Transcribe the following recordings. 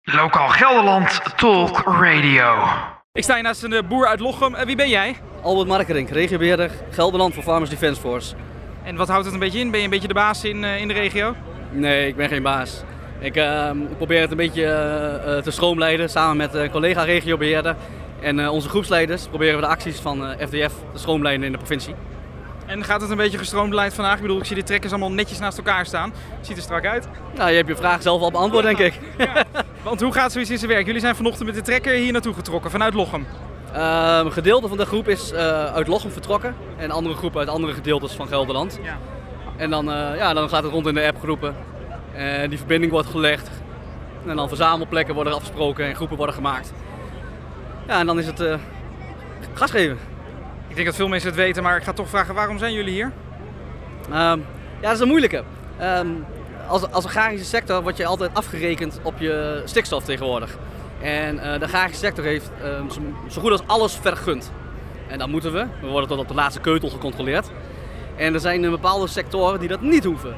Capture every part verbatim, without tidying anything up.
Lokaal Gelderland Talk Radio. Ik sta hier naast een boer uit Lochem. Uh, wie ben jij? Albert Markerink, regiobeheerder Gelderland voor Farmers Defence Force. En wat houdt het een beetje in? Ben je een beetje de baas in, uh, in de regio? Nee, ik ben geen baas. Ik uh, probeer het een beetje uh, uh, te stroomlijnen samen met uh, collega regiobeheerder. En uh, onze groepsleiders proberen we de acties van uh, F D F te stroomlijnen in de provincie. En gaat het een beetje gestroomlijnd vandaag? Ik bedoel, ik zie de trekkers allemaal netjes naast elkaar staan. Ziet er strak uit. Nou, je hebt je vraag zelf al beantwoord, denk ik. Ja. Want hoe gaat zoiets in zijn werk? Jullie zijn vanochtend met de trekker hier naartoe getrokken, vanuit Lochem. Uh, een gedeelte van de groep is uh, uit Lochem vertrokken. En een andere groep uit andere gedeeltes van Gelderland. Ja. En dan, uh, ja, dan gaat het rond in de appgroepen. En die verbinding wordt gelegd. En dan verzamelplekken worden afgesproken en groepen worden gemaakt. Ja, en dan is het uh, gas geven. Ik denk dat veel mensen het weten, maar ik ga toch vragen, waarom zijn jullie hier? Um, ja, dat is een moeilijke. Um, als, als agrarische sector word je altijd afgerekend op je stikstof tegenwoordig. En uh, de agrarische sector heeft um, zo, zo goed als alles vergund. En dat moeten we. We worden tot op de laatste keutel gecontroleerd. En er zijn uh, bepaalde sectoren die dat niet hoeven.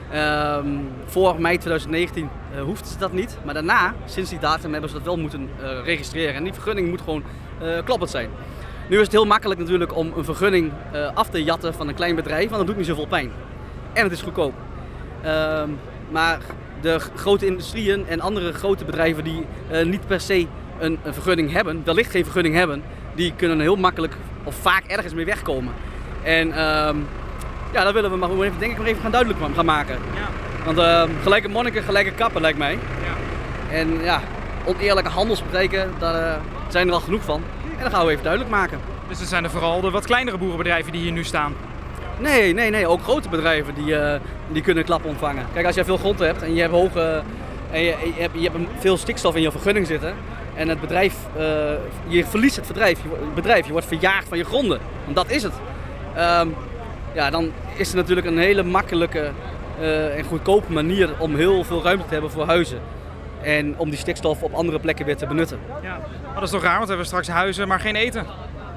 Um, voor mei twintig negentien uh, hoefden ze dat niet. Maar daarna, sinds die datum, hebben ze dat wel moeten uh, registreren. En die vergunning moet gewoon uh, kloppend zijn. Nu is het heel makkelijk natuurlijk om een vergunning uh, af te jatten van een klein bedrijf, want dat doet niet zoveel pijn. En het is goedkoop. Uh, maar de grote industrieën en andere grote bedrijven die uh, niet per se een, een vergunning hebben, wellicht geen vergunning hebben, die kunnen heel makkelijk of vaak ergens mee wegkomen. En uh, ja, dat willen we maar even, denk ik maar even gaan duidelijk gaan maken. Ja. Want uh, gelijke monniken, gelijke kappen lijkt mij. Ja. En ja, oneerlijke handelspraktijken, daar uh, zijn er al genoeg van. En dat gaan we even duidelijk maken. Dus het zijn er vooral de wat kleinere boerenbedrijven die hier nu staan? Nee, nee, nee. Ook grote bedrijven die, uh, die kunnen klappen ontvangen. Kijk, als jij veel grond hebt en je hebt, hoge, en je, je hebt, je hebt veel stikstof in je vergunning zitten. En het bedrijf, uh, je verliest het bedrijf, je, het bedrijf, je wordt verjaagd van je gronden. Want dat is het. Um, ja, dan is het natuurlijk een hele makkelijke uh, en goedkope manier om heel veel ruimte te hebben voor huizen. En om die stikstof op andere plekken weer te benutten. Ja, maar dat is toch raar, want we hebben straks huizen, maar geen eten.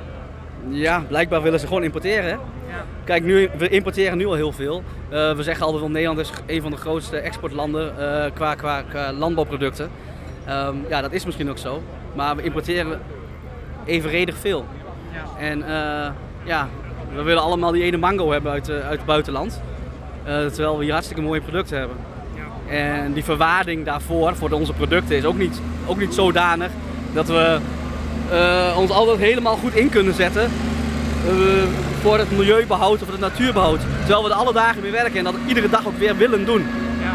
Ja, blijkbaar willen ze gewoon importeren. Hè? Ja. Kijk, nu, we importeren nu al heel veel. Uh, we zeggen altijd wel, Nederland is een van de grootste exportlanden uh, qua, qua, qua landbouwproducten. Um, ja, dat is misschien ook zo. Maar we importeren evenredig veel. Ja. En uh, ja, we willen allemaal die ene mango hebben uit, uh, uit het buitenland. Uh, terwijl we hier hartstikke mooie producten hebben. Ja. En die verwaarding daarvoor, voor onze producten, is ook niet, ook niet zodanig dat we uh, ons altijd helemaal goed in kunnen zetten uh, voor het milieubehoud of het natuurbehoud. Terwijl we er alle dagen mee werken en dat iedere dag ook weer willen doen. Ja.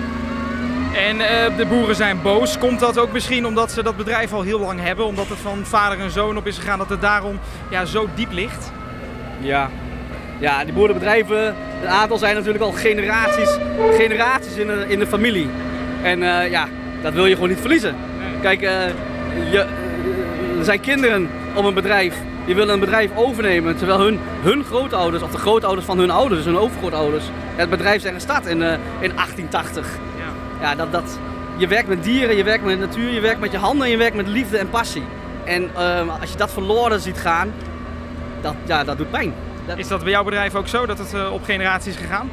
En uh, de boeren zijn boos. Komt dat ook misschien omdat ze dat bedrijf al heel lang hebben? Omdat het van vader en zoon op is gegaan, dat het daarom ja, zo diep ligt? Ja. Ja, die boerenbedrijven, een aantal zijn natuurlijk al generaties, generaties in de, in de familie. En uh, ja, dat wil je gewoon niet verliezen. Nee. Kijk, uh, je, uh, er zijn kinderen op een bedrijf, die willen een bedrijf overnemen. Terwijl hun, hun grootouders, of de grootouders van hun ouders, dus hun overgrootouders, het bedrijf zijn gestart in, uh, in achttien tachtig. Ja, ja dat, dat, je werkt met dieren, je werkt met de natuur, je werkt met je handen en je werkt met liefde en passie. En uh, als je dat verloren ziet gaan, dat, ja, dat doet pijn. Is dat bij jouw bedrijf ook zo, dat het uh, op generaties is gegaan?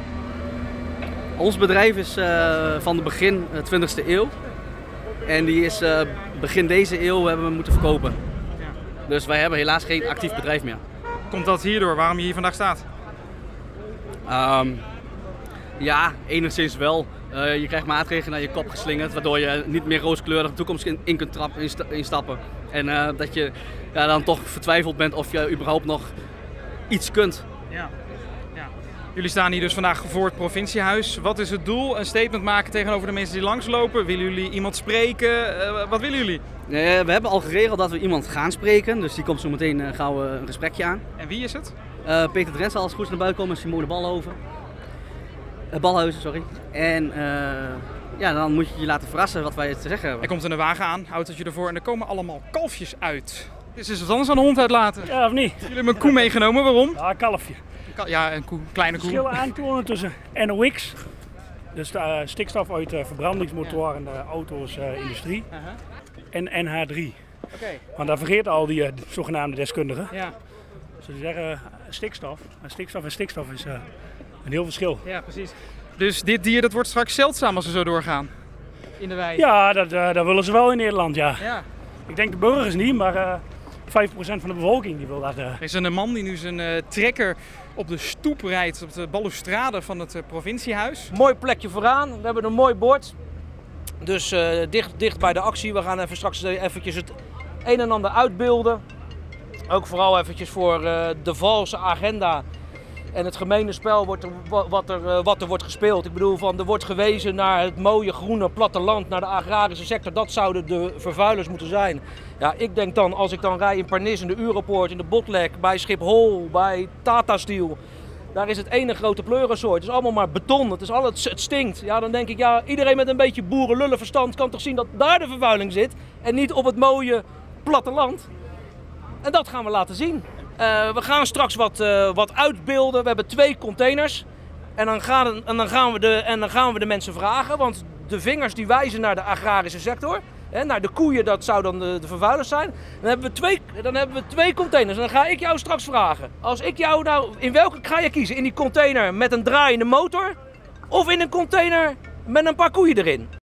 Ons bedrijf is uh, van de begin uh, twintigste eeuw. En die is uh, begin deze eeuw hebben we moeten verkopen. Ja. Dus wij hebben helaas geen actief bedrijf meer. Komt dat hierdoor, waarom je hier vandaag staat? Um, ja, enigszins wel. Uh, je krijgt maatregelen naar je kop geslingerd, waardoor je niet meer rooskleurig de toekomst in, in kunt trap, instappen. En uh, dat je ja, dan toch vertwijfeld bent of je überhaupt nog iets kunt. Ja. Ja. Jullie staan hier dus vandaag voor het provinciehuis. Wat is het doel? Een statement maken tegenover de mensen die langslopen? Willen jullie iemand spreken? Uh, wat willen jullie? Nee, we hebben al geregeld dat we iemand gaan spreken. Dus die komt zo meteen uh, gauw uh, een gesprekje aan. En wie is het? Uh, Peter Drent zal als het goed naar buiten komen en Simone Balhoven. Uh, Balhuizen, sorry. En uh, ja, dan moet je je laten verrassen wat wij te zeggen hebben. Er komt een wagen aan, autootje ervoor en er komen allemaal kalfjes uit. Dus is het anders dan een hond uitlaten? Ja, of niet? Jullie hebben een koe meegenomen, waarom? Ja, een kalfje. Ja, een koe, kleine koe. Verschillen aantonen tussen N O X, dus de uh, stikstof uit de verbrandingsmotoren en de auto's uh, industrie, uh-huh. en N H drie. Okay. Want daar vergeet al die uh, zogenaamde deskundigen. Ja. Ze zeggen uh, stikstof, en stikstof en stikstof is uh, een heel verschil. Ja, precies. Dus dit dier dat wordt straks zeldzaam als we zo doorgaan? in de wijk. Ja, dat, uh, dat willen ze wel in Nederland, ja. Ja. Ik denk de burgers niet, maar uh, vijf procent van de bevolking die wil dat. Uh. Er is een man die nu zijn uh, trekker op de stoep rijdt, op de balustrade van het uh, provinciehuis. Mooi plekje vooraan, we hebben een mooi bord. Dus uh, dicht, dicht bij de actie. We gaan even straks eventjes het een en ander uitbeelden. Ook vooral eventjes voor uh, de valse agenda en het gemene spel wordt er, wat, er, uh, wat er wordt gespeeld. Ik bedoel, van, er wordt gewezen naar het mooie groene platteland, naar de agrarische sector. Dat zouden de vervuilers moeten zijn. Ja, ik denk dan, als ik dan rij in Pernis, in de Europoort, in de Botlek, bij Schiphol, bij Tata Steel. Daar is het ene grote pleurensoort. Het is allemaal maar beton. Het, is al, het, het stinkt. Ja, dan denk ik, ja, iedereen met een beetje boerenlullenverstand kan toch zien dat daar de vervuiling zit. En niet op het mooie platteland. En dat gaan we laten zien. Uh, we gaan straks wat, uh, wat uitbeelden. We hebben twee containers. En dan, gaan, en, dan gaan we de, en dan gaan we de mensen vragen. Want de vingers die wijzen naar de agrarische sector. Hè, naar de koeien, dat zou dan de, de vervuilers zijn. Dan hebben, we twee, dan hebben we twee containers. En dan ga ik jou straks vragen. Als ik jou nou, in welke ga je kiezen? In die container met een draaiende motor? Of in een container met een paar koeien erin?